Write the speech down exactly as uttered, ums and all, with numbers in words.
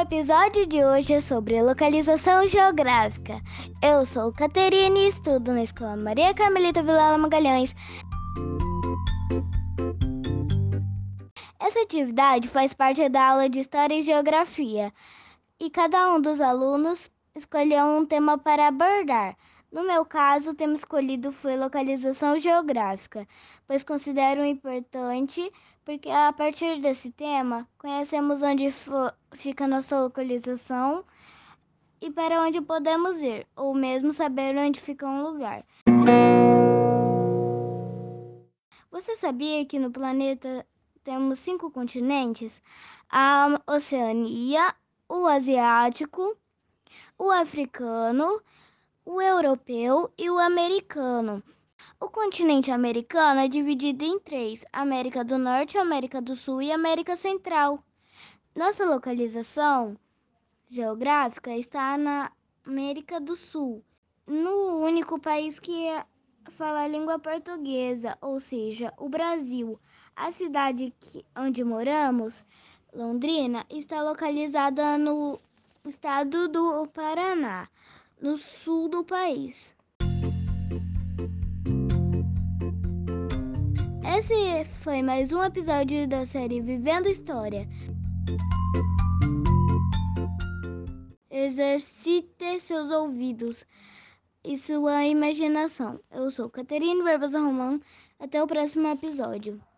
episódio de hoje é sobre localização geográfica. Eu sou Caterine e estudo na Escola Maria Carmelita Vilela Magalhães. Essa atividade faz parte da aula de História e Geografia e cada um dos alunos escolheu um tema para abordar. No meu caso, o tema escolhido foi localização geográfica, pois considero importante porque a partir desse tema conhecemos onde fica nossa localização e para onde podemos ir, ou mesmo saber onde fica um lugar. Você sabia que no planeta temos cinco continentes? A Oceania, o Asiático, o Africano, o Europeu e o Americano. O continente americano é dividido em três: América do Norte, América do Sul e América Central. Nossa localização geográfica está na América do Sul, no único país que fala a língua portuguesa, ou seja, o Brasil. A cidade que, onde moramos, Londrina, está localizada no estado do Paraná, no sul do país. Esse foi mais um episódio da série Vivendo História. Exercite seus ouvidos e sua imaginação. Eu sou Caterine Barbosa Romão. Até o próximo episódio.